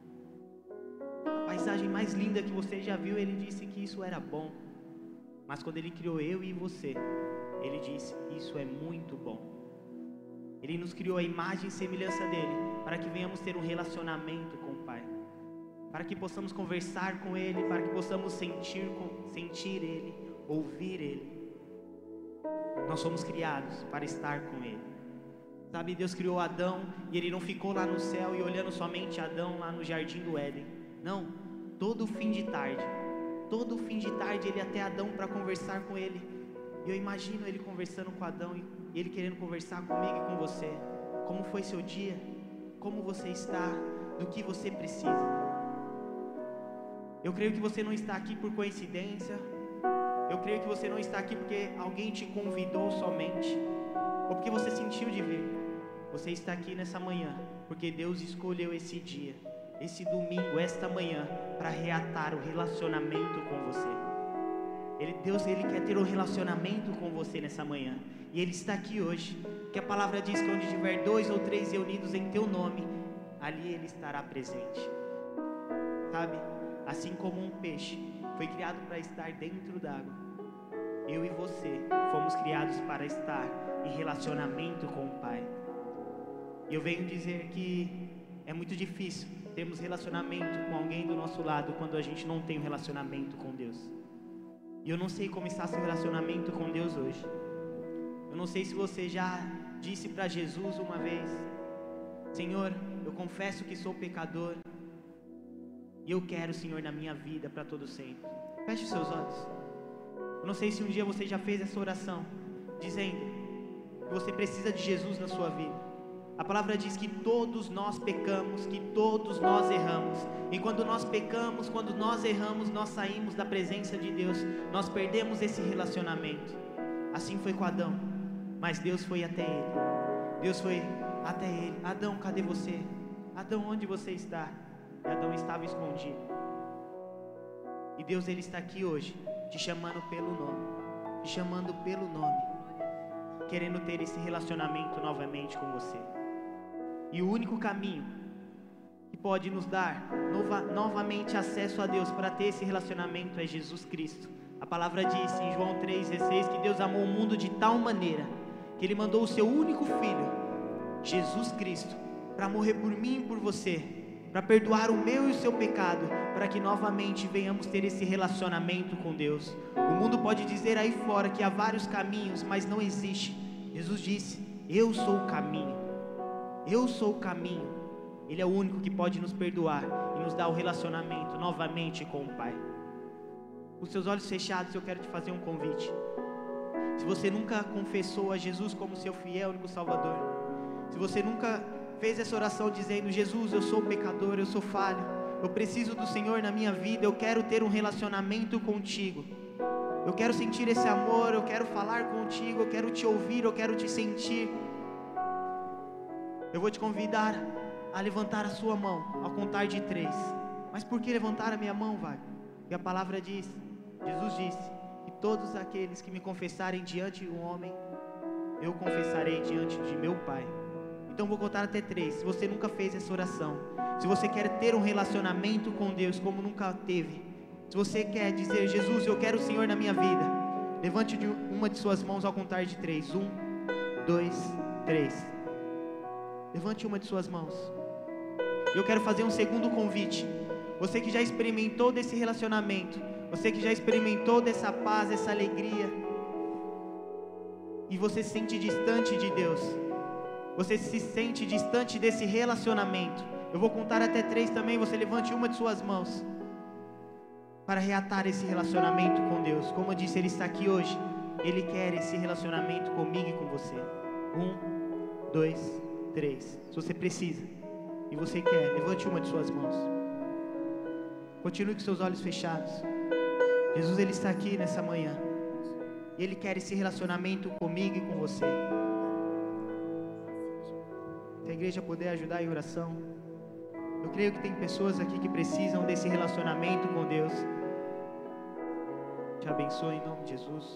A paisagem mais linda que você já viu, Ele disse que isso era bom. Mas quando Ele criou eu e você, Ele disse, isso é muito bom. Ele nos criou a imagem e semelhança dEle, para que venhamos ter um relacionamento com o Pai, para que possamos conversar com Ele, para que possamos sentir, sentir Ele, ouvir Ele. Nós somos criados para estar com Ele. Sabe, Deus criou Adão e Ele não ficou lá no céu e olhando somente Adão lá no jardim do Éden. Não, todo fim de tarde, todo fim de tarde Ele ia até Adão para conversar com ele. E eu imagino Ele conversando com Adão e Ele querendo conversar comigo e com você. Como foi seu dia? Como você está? Do que você precisa? Eu creio que você não está aqui por coincidência. Eu creio que você não está aqui porque alguém te convidou somente, ou porque você sentiu de vir. Você está aqui nessa manhã porque Deus escolheu esse dia, esse domingo, esta manhã, para reatar o relacionamento com você. Ele, Deus, Ele quer ter um relacionamento com você nessa manhã. E Ele está aqui hoje. Que a palavra diz que onde tiver dois ou três reunidos em Teu nome, ali Ele estará presente. Sabe? Assim como um peixe foi criado para estar dentro d'água, eu e você fomos criados para estar em relacionamento com o Pai. E eu venho dizer que é muito difícil termos relacionamento com alguém do nosso lado quando a gente não tem um relacionamento com Deus. E eu não sei como está seu relacionamento com Deus hoje. Eu não sei se você já disse para Jesus uma vez: Senhor, eu confesso que sou pecador e eu quero o Senhor na minha vida para todo sempre. Feche os seus olhos. Eu não sei se um dia você já fez essa oração, dizendo que você precisa de Jesus na sua vida. A palavra diz que todos nós pecamos, que todos nós erramos. E quando nós pecamos, quando nós erramos, nós saímos da presença de Deus. Nós perdemos esse relacionamento. Assim foi com Adão. Mas Deus foi até ele. Deus foi até ele. Adão, cadê você? Adão, onde você está? E Adão estava escondido. E Deus, Ele está aqui hoje, te chamando pelo nome. Te chamando pelo nome. Querendo ter esse relacionamento novamente com você. E o único caminho que pode nos dar nova, novamente acesso a Deus para ter esse relacionamento é Jesus Cristo. A palavra diz em João três dezesseis que Deus amou o mundo de tal maneira que Ele mandou o seu único Filho, Jesus Cristo, para morrer por mim e por você, para perdoar o meu e o seu pecado, para que novamente venhamos ter esse relacionamento com Deus. O mundo pode dizer aí fora que há vários caminhos, mas não existe. Jesus disse: eu sou o caminho. Eu sou o caminho. Ele é o único que pode nos perdoar e nos dar o relacionamento novamente com o Pai. Com seus olhos fechados, eu quero te fazer um convite. Se você nunca confessou a Jesus como seu fiel e único Salvador, se você nunca fez essa oração dizendo: Jesus, eu sou pecador, eu sou falho, eu preciso do Senhor na minha vida, eu quero ter um relacionamento contigo, eu quero sentir esse amor, eu quero falar contigo, eu quero te ouvir, eu quero te sentir. Eu vou te convidar a levantar a sua mão ao contar de três. Mas por que levantar a minha mão, Wagner? E a palavra diz, Jesus disse, que todos aqueles que me confessarem diante de um homem, eu confessarei diante de meu Pai. Então vou contar até três. Se você nunca fez essa oração, se você quer ter um relacionamento com Deus como nunca teve, se você quer dizer: Jesus, eu quero o Senhor na minha vida, levante uma de suas mãos ao contar de três. Um, dois, três. Levante uma de suas mãos. Eu quero fazer um segundo convite. Você que já experimentou desse relacionamento, você que já experimentou dessa paz, essa alegria, e você se sente distante de Deus, você se sente distante desse relacionamento, eu vou contar até três também. Você levante uma de suas mãos para reatar esse relacionamento com Deus. Como eu disse, Ele está aqui hoje. Ele quer esse relacionamento comigo e com você. Um, dois, três. Se você precisa e você quer, levante uma de suas mãos. Continue com seus olhos fechados. Jesus, Ele está aqui nessa manhã e Ele quer esse relacionamento comigo e com você. Se a igreja puder ajudar em oração, eu creio que tem pessoas aqui que precisam desse relacionamento com Deus. Te abençoe em nome de Jesus.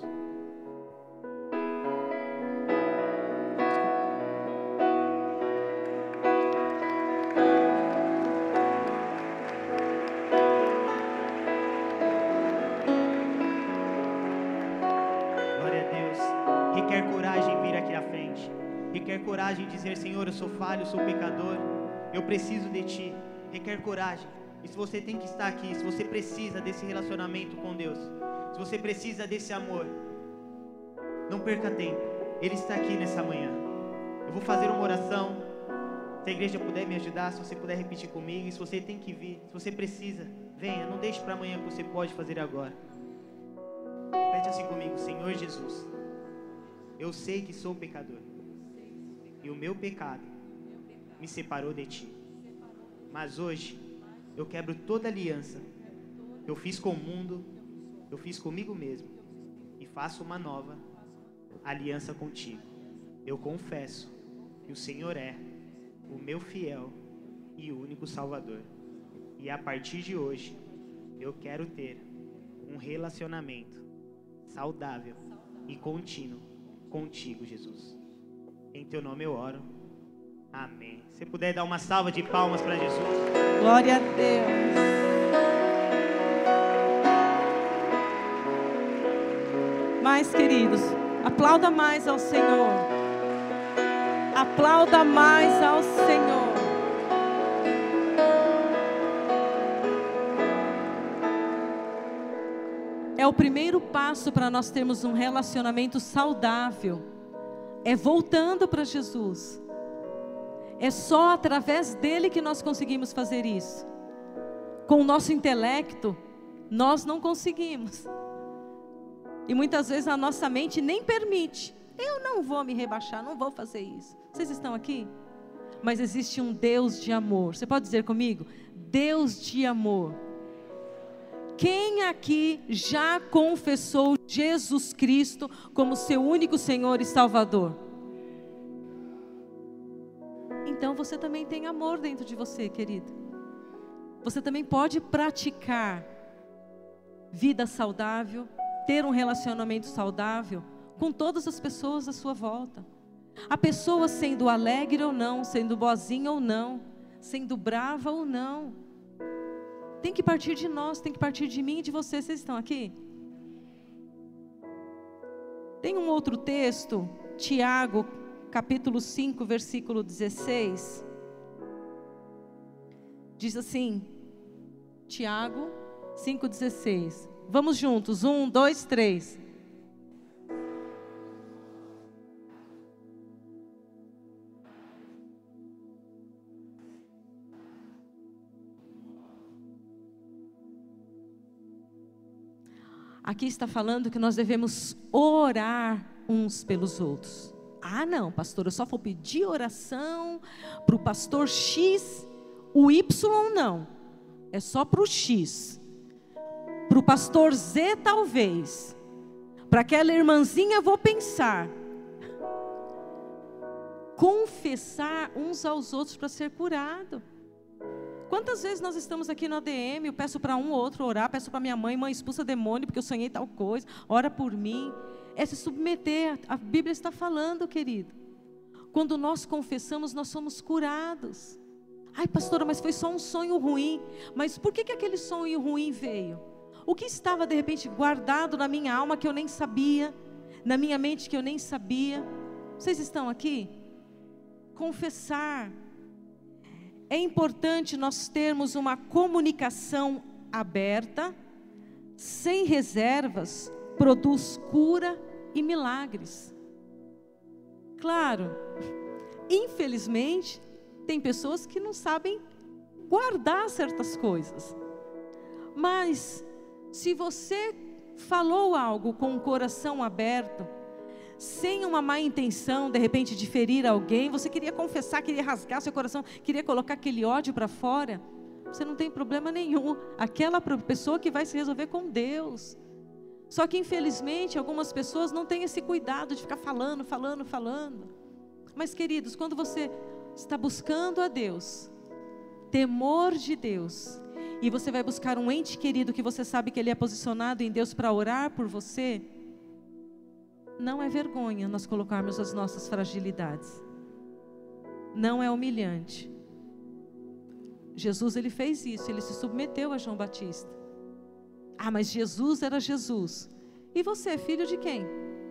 Requer coragem de dizer: Senhor, eu sou falho, eu sou pecador, eu preciso de Ti. Requer coragem. E se você tem que estar aqui, se você precisa desse relacionamento com Deus, se você precisa desse amor, não perca tempo. Ele está aqui nessa manhã. Eu vou fazer uma oração. Se a igreja puder me ajudar, se você puder repetir comigo. E se você tem que vir, se você precisa, venha, não deixe para amanhã, que você pode fazer agora. Repete assim comigo: Senhor Jesus, eu sei que sou pecador e o meu pecado me separou de Ti. Mas hoje eu quebro toda aliança que eu fiz com o mundo, eu fiz comigo mesmo, e faço uma nova aliança contigo. Eu confesso que o Senhor é o meu fiel e único Salvador. E a partir de hoje eu quero ter um relacionamento saudável e contínuo contigo, Jesus. Em teu nome eu oro. Amém. Se puder dar uma salva de palmas para Jesus. Glória a Deus. Mais, queridos, aplauda mais ao Senhor. Aplauda mais ao Senhor. É o primeiro passo para nós termos um relacionamento saudável. É voltando para Jesus. É só através dele que nós conseguimos fazer isso. Com o nosso intelecto, nós não conseguimos. E muitas vezes a nossa mente nem permite. Eu não vou me rebaixar, não vou fazer isso. Vocês estão aqui? Mas existe um Deus de amor. Você pode dizer comigo? Deus de amor. Quem aqui já confessou Jesus Cristo como seu único Senhor e Salvador? Então você também tem amor dentro de você, querido. Você também pode praticar vida saudável, ter um relacionamento saudável com todas as pessoas à sua volta. A pessoa sendo alegre ou não, sendo boazinha ou não, sendo brava ou não. Tem que partir de nós, tem que partir de mim e de você. Vocês estão aqui? Tem um outro texto, Tiago, capítulo cinco, versículo dezesseis. Diz assim, Tiago cinco, dezesseis. Vamos juntos, um, dois, três. Aqui está falando que nós devemos orar uns pelos outros. Ah, não, pastor, eu só vou pedir oração para o pastor X, o Y não. É só para o X. Para o pastor Z talvez. Para aquela irmãzinha eu vou pensar. Confessar uns aos outros para ser curado. Quantas vezes nós estamos aqui no A D M, eu peço para um ou outro orar, peço para minha mãe, mãe, expulsa demônio, porque eu sonhei tal coisa, ora por mim. É se submeter, a Bíblia está falando, querido. Quando nós confessamos, nós somos curados. Ai, pastora, mas foi só um sonho ruim. Mas por que que aquele sonho ruim veio? O que estava de repente guardado na minha alma que eu nem sabia, na minha mente que eu nem sabia? Vocês estão aqui? Confessar. É importante nós termos uma comunicação aberta, sem reservas, produz cura e milagres. Claro, infelizmente, tem pessoas que não sabem guardar certas coisas. Mas, se você falou algo com o coração aberto, sem uma má intenção, de repente, de ferir alguém, você queria confessar, queria rasgar seu coração, queria colocar aquele ódio para fora, você não tem problema nenhum. Aquela pessoa que vai se resolver com Deus. Só que, infelizmente, algumas pessoas não têm esse cuidado de ficar falando, falando, falando. Mas, queridos, quando você está buscando a Deus, temor de Deus, e você vai buscar um ente querido que você sabe que ele é posicionado em Deus para orar por você, não é vergonha nós colocarmos as nossas fragilidades. Não é humilhante. Jesus, ele fez isso, ele se submeteu a João Batista. Ah, mas Jesus era Jesus. E você, filho de quem?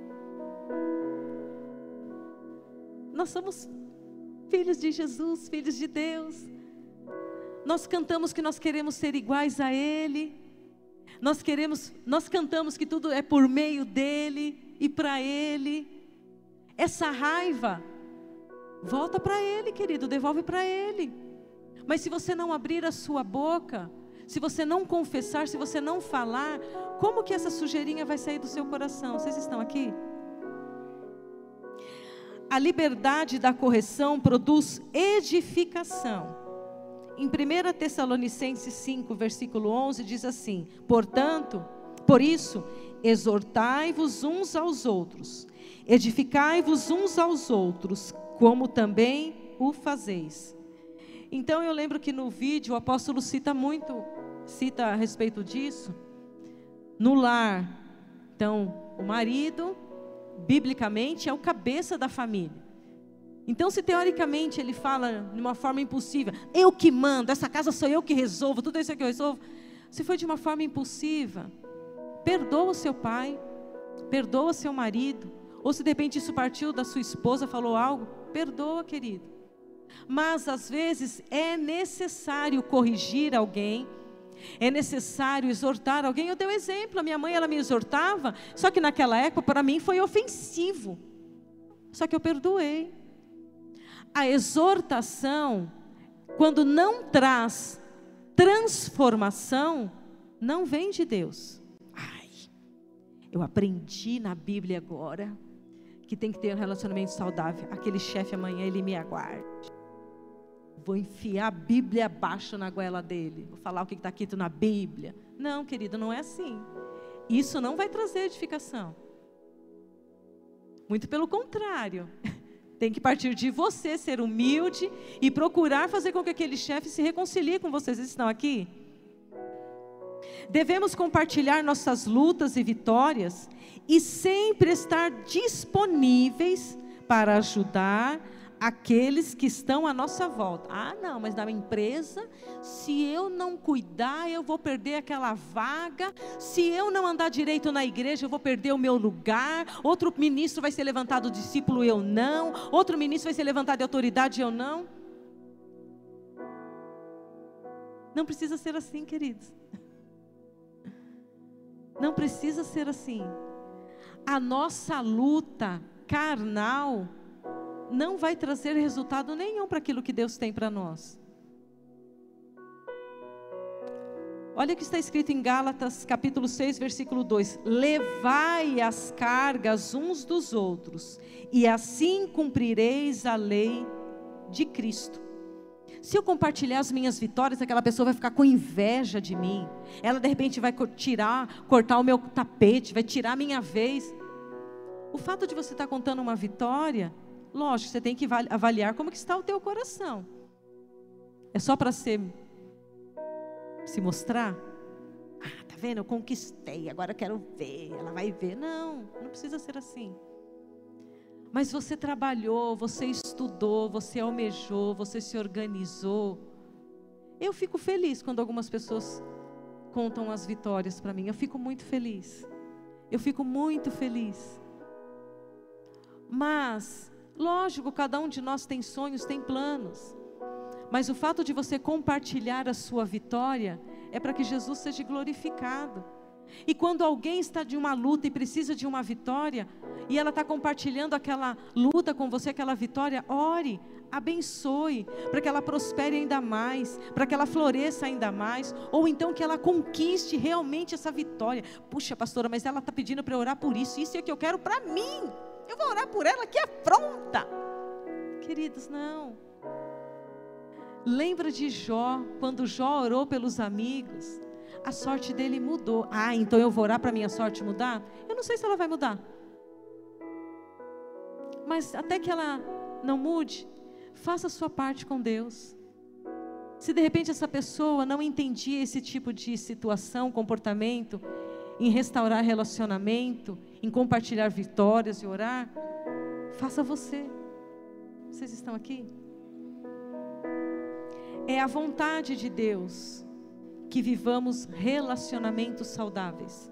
Nós somos filhos de Jesus, filhos de Deus. Nós cantamos que nós queremos ser iguais a Ele. Nós queremos, nós cantamos que tudo é por meio dEle e para Ele. Essa raiva, volta para Ele, querido, devolve para Ele. Mas se você não abrir a sua boca, se você não confessar, se você não falar, como que essa sujeirinha vai sair do seu coração? Vocês estão aqui? A liberdade da correção produz edificação. Em primeira Tessalonicenses cinco, versículo onze, diz assim: portanto, por isso, exortai-vos uns aos outros, edificai-vos uns aos outros, como também o fazeis. Então eu lembro que no vídeo o apóstolo cita muito, cita a respeito disso. No lar, Então, o marido, biblicamente, é o cabeça da família. Então, se teoricamente ele fala de uma forma impulsiva, eu que mando, essa casa sou eu que resolvo, tudo isso é que eu resolvo. Se foi de uma forma impulsiva, perdoa o seu pai, perdoa seu marido. Ou se de repente isso partiu da sua esposa, falou algo, perdoa, querido. Mas às vezes é necessário corrigir alguém, é necessário exortar alguém. Eu dei um exemplo, a minha mãe ela me exortava, só que naquela época para mim foi ofensivo. Só que eu perdoei. A exortação, quando não traz transformação, não vem de Deus. Ai, eu aprendi na Bíblia agora que tem que ter um relacionamento saudável. Aquele chefe amanhã ele me aguarde. Vou enfiar a Bíblia abaixo na goela dele. Vou falar o que está escrito na Bíblia. Não, querido, não é assim. Isso não vai trazer edificação. Muito pelo contrário. Tem que partir de você, ser humilde e procurar fazer com que aquele chefe se reconcilie com vocês. Eles estão aqui? Devemos compartilhar nossas lutas e vitórias e sempre estar disponíveis para ajudar aqueles que estão à nossa volta. Ah, não, mas na minha empresa, se eu não cuidar, eu vou perder aquela vaga. Se eu não andar direito na igreja, eu vou perder o meu lugar. Outro ministro vai ser levantado discípulo, eu não. Outro ministro vai ser levantado de autoridade, eu não. Não precisa ser assim, queridos. Não precisa ser assim. A nossa luta carnal não vai trazer resultado nenhum para aquilo que Deus tem para nós. Olha o que está escrito em Gálatas capítulo seis, versículo dois. Levai as cargas uns dos outros, e assim cumprireis a lei de Cristo. Se eu compartilhar as minhas vitórias, aquela pessoa vai ficar com inveja de mim. Ela de repente vai tirar, cortar o meu tapete, vai tirar a minha vez. O fato de você estar contando uma vitória, lógico, você tem que avaliar como que está o teu coração. É só para ser, se mostrar? Ah, tá vendo? Eu conquistei, agora eu quero ver, ela vai ver. Não, não precisa ser assim. Mas você trabalhou, você estudou, você almejou, você se organizou. Eu fico feliz quando algumas pessoas contam as vitórias para mim. Eu fico muito feliz. Eu fico muito feliz. Mas, lógico, cada um de nós tem sonhos, tem planos. Mas o fato de você compartilhar a sua vitória é para que Jesus seja glorificado. E quando alguém está de uma luta e precisa de uma vitória, e ela está compartilhando aquela luta com você, aquela vitória, ore, abençoe, para que ela prospere ainda mais, para que ela floresça ainda mais, ou então que ela conquiste realmente essa vitória. Puxa, pastora, mas ela está pedindo para eu orar por isso, isso é o que eu quero para mim, eu vou orar por ela que é pronta. Queridos, não. Lembra de Jó, quando Jó orou pelos amigos, a sorte dele mudou. Ah, então eu vou orar para a minha sorte mudar? Eu não sei se ela vai mudar. Mas até que ela não mude, faça a sua parte com Deus. Se de repente essa pessoa não entendia esse tipo de situação, comportamento, em restaurar relacionamento, em compartilhar vitórias e orar, faça você. Vocês estão aqui? É a vontade de Deus que vivamos relacionamentos saudáveis.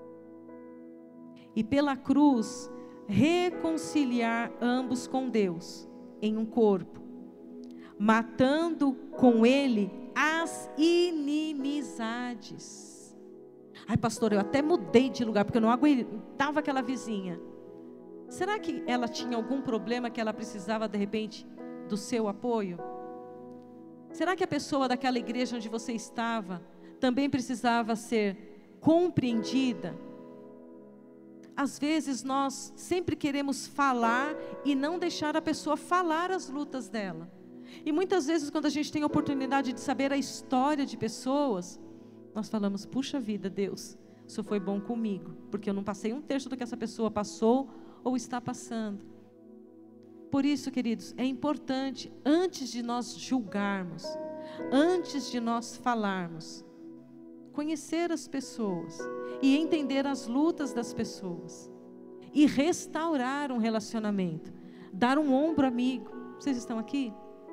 E pela cruz, reconciliar ambos com Deus em um corpo, matando com Ele as inimizades. Ai, pastor, eu até mudei de lugar porque eu não aguentava aquela vizinha. Será que ela tinha algum problema que ela precisava de repente do seu apoio? Será que a pessoa daquela igreja onde você estava também precisava ser compreendida? Às vezes nós sempre queremos falar e não deixar a pessoa falar as lutas dela. E muitas vezes quando a gente tem a oportunidade de saber a história de pessoas, nós falamos, puxa vida, Deus, o Senhor foi bom comigo, porque eu não passei um terço do que essa pessoa passou ou está passando. Por isso, queridos, é importante, antes de nós julgarmos, antes de nós falarmos, conhecer as pessoas e entender as lutas das pessoas e restaurar um relacionamento, dar um ombro amigo. Vocês estão aqui?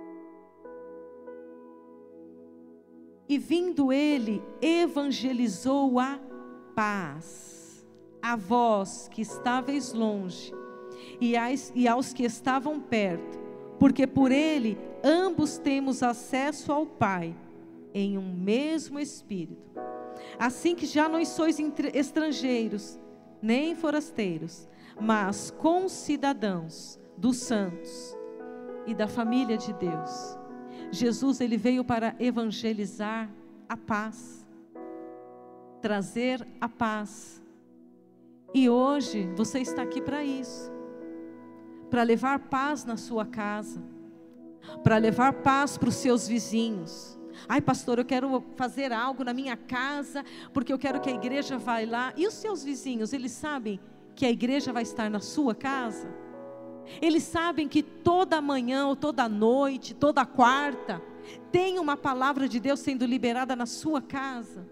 E vindo ele, evangelizou a paz a vós que estáveis longe e, as, e aos que estavam perto, porque por ele ambos temos acesso ao Pai em um mesmo Espírito. Assim que já não sois estrangeiros, nem forasteiros, mas concidadãos dos santos e da família de Deus. Jesus, ele veio para evangelizar a paz, trazer a paz. E hoje você está aqui para isso, para levar paz na sua casa, para levar paz para os seus vizinhos. Ai, pastor, eu quero fazer algo na minha casa, porque eu quero que a igreja vá lá. E os seus vizinhos, eles sabem que a igreja vai estar na sua casa? Eles sabem que toda manhã, ou toda noite, toda quarta, tem uma palavra de Deus sendo liberada na sua casa?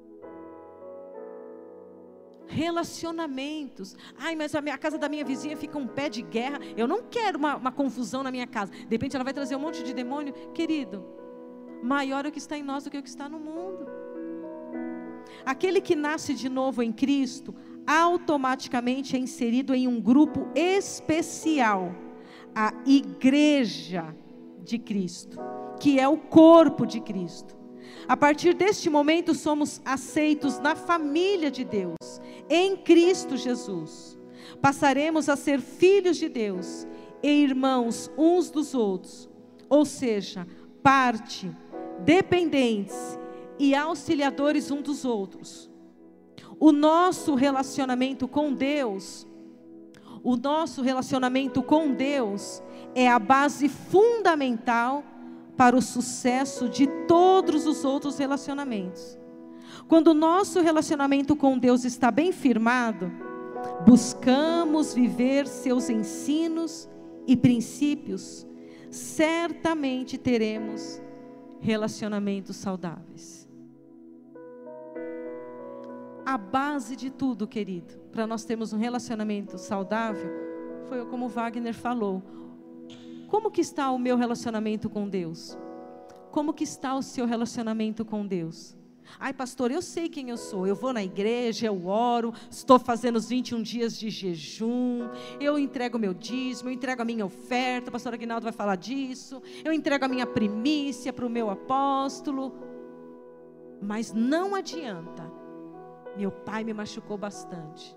Relacionamentos. Ai, mas a, minha, a casa da minha vizinha fica um pé de guerra. Eu não quero uma, uma confusão na minha casa. De repente ela vai trazer um monte de demônio. Querido, maior é o que está em nós do que o que está no mundo. Aquele que nasce de novo em Cristo, automaticamente é inserido em um grupo especial, a igreja de Cristo, que é o corpo de Cristo. A partir deste momento somos aceitos na família de Deus, em Cristo Jesus. Passaremos a ser filhos de Deus e irmãos uns dos outros, ou seja, parte, dependentes e auxiliadores uns dos outros. O nosso relacionamento com Deus, o nosso relacionamento com Deus é a base fundamental para o sucesso de todos os outros relacionamentos. Quando o nosso relacionamento com Deus está bem firmado, buscamos viver seus ensinos e princípios, certamente teremos relacionamentos saudáveis. A base de tudo, querido, para nós termos um relacionamento saudável, foi como o Wagner falou. Como que está o meu relacionamento com Deus? Como que está o seu relacionamento com Deus? Ai, pastor, eu sei quem eu sou. Eu vou na igreja, eu oro, estou fazendo os vinte e um dias de jejum, eu entrego meu dízimo, eu entrego a minha oferta, o pastor Aguinaldo vai falar disso, eu entrego a minha primícia para o meu apóstolo. Mas não adianta. Meu pai me machucou bastante.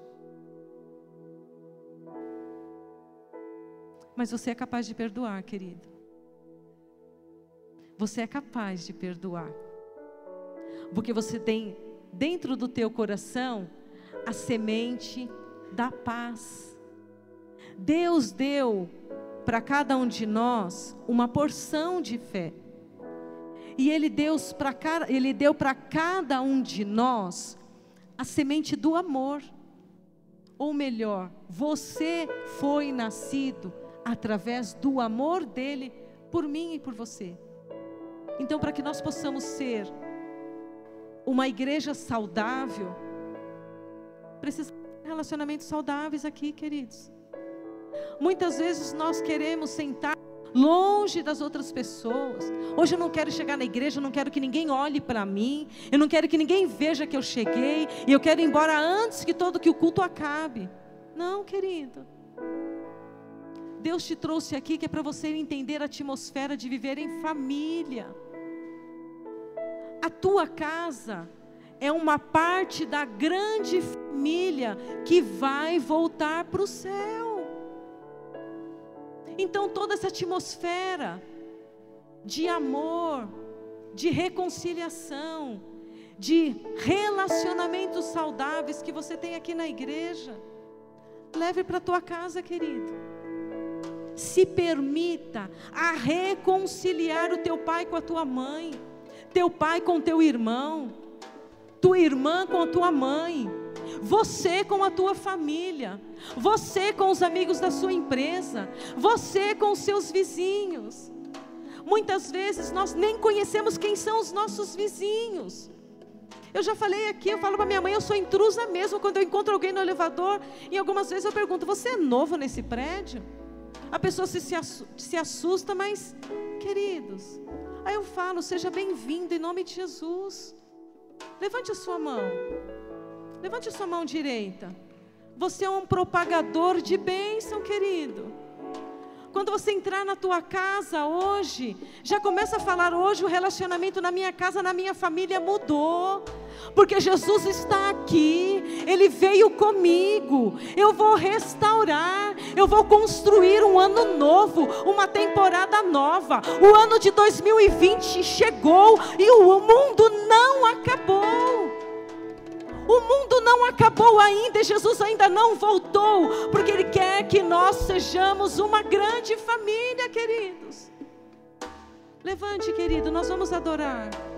Mas você é capaz de perdoar, querido. Você é capaz de perdoar. Porque você tem dentro do teu coração a semente da paz. Deus deu para cada um de nós uma porção de fé. E Ele deu para Ele deu para cada um de nós a semente do amor. Ou melhor, você foi nascido através do amor dele por mim e por você. Então, para que nós possamos ser uma igreja saudável, precisamos de relacionamentos saudáveis aqui, queridos. Muitas vezes nós queremos sentar longe das outras pessoas. Hoje eu não quero chegar na igreja, eu não quero que ninguém olhe para mim, eu não quero que ninguém veja que eu cheguei, e eu quero ir embora antes que todo que o culto acabe. Não, querido. Deus te trouxe aqui que é para você entender a atmosfera de viver em família. A tua casa é uma parte da grande família que vai voltar para o céu. Então toda essa atmosfera de amor, de reconciliação, de relacionamentos saudáveis que você tem aqui na igreja, leve para a tua casa, querido. Se permita a reconciliar o teu pai com a tua mãe, teu pai com o teu irmão, tua irmã com a tua mãe, você com a tua família, você com os amigos da sua empresa, você com os seus vizinhos. Muitas vezes nós nem conhecemos quem são os nossos vizinhos. Eu já falei aqui, eu falo para minha mãe, eu sou intrusa mesmo. Quando eu encontro alguém no elevador, e algumas vezes eu pergunto, você é novo nesse prédio? A pessoa se, se assusta, mas, queridos, aí eu falo, seja bem-vindo em nome de Jesus. Levante a sua mão. Levante a sua mão direita. Você é um propagador de bênção, querido. Quando você entrar na tua casa hoje, já começa a falar, hoje o relacionamento na minha casa, na minha família mudou. Porque Jesus está aqui, Ele veio comigo. Eu vou restaurar, eu vou construir um ano novo, uma temporada nova. O ano de dois mil e vinte chegou e o mundo não acabou. O mundo não acabou ainda e Jesus ainda não voltou, porque Ele quer que nós sejamos uma grande família, queridos. Levante, querido, nós vamos adorar.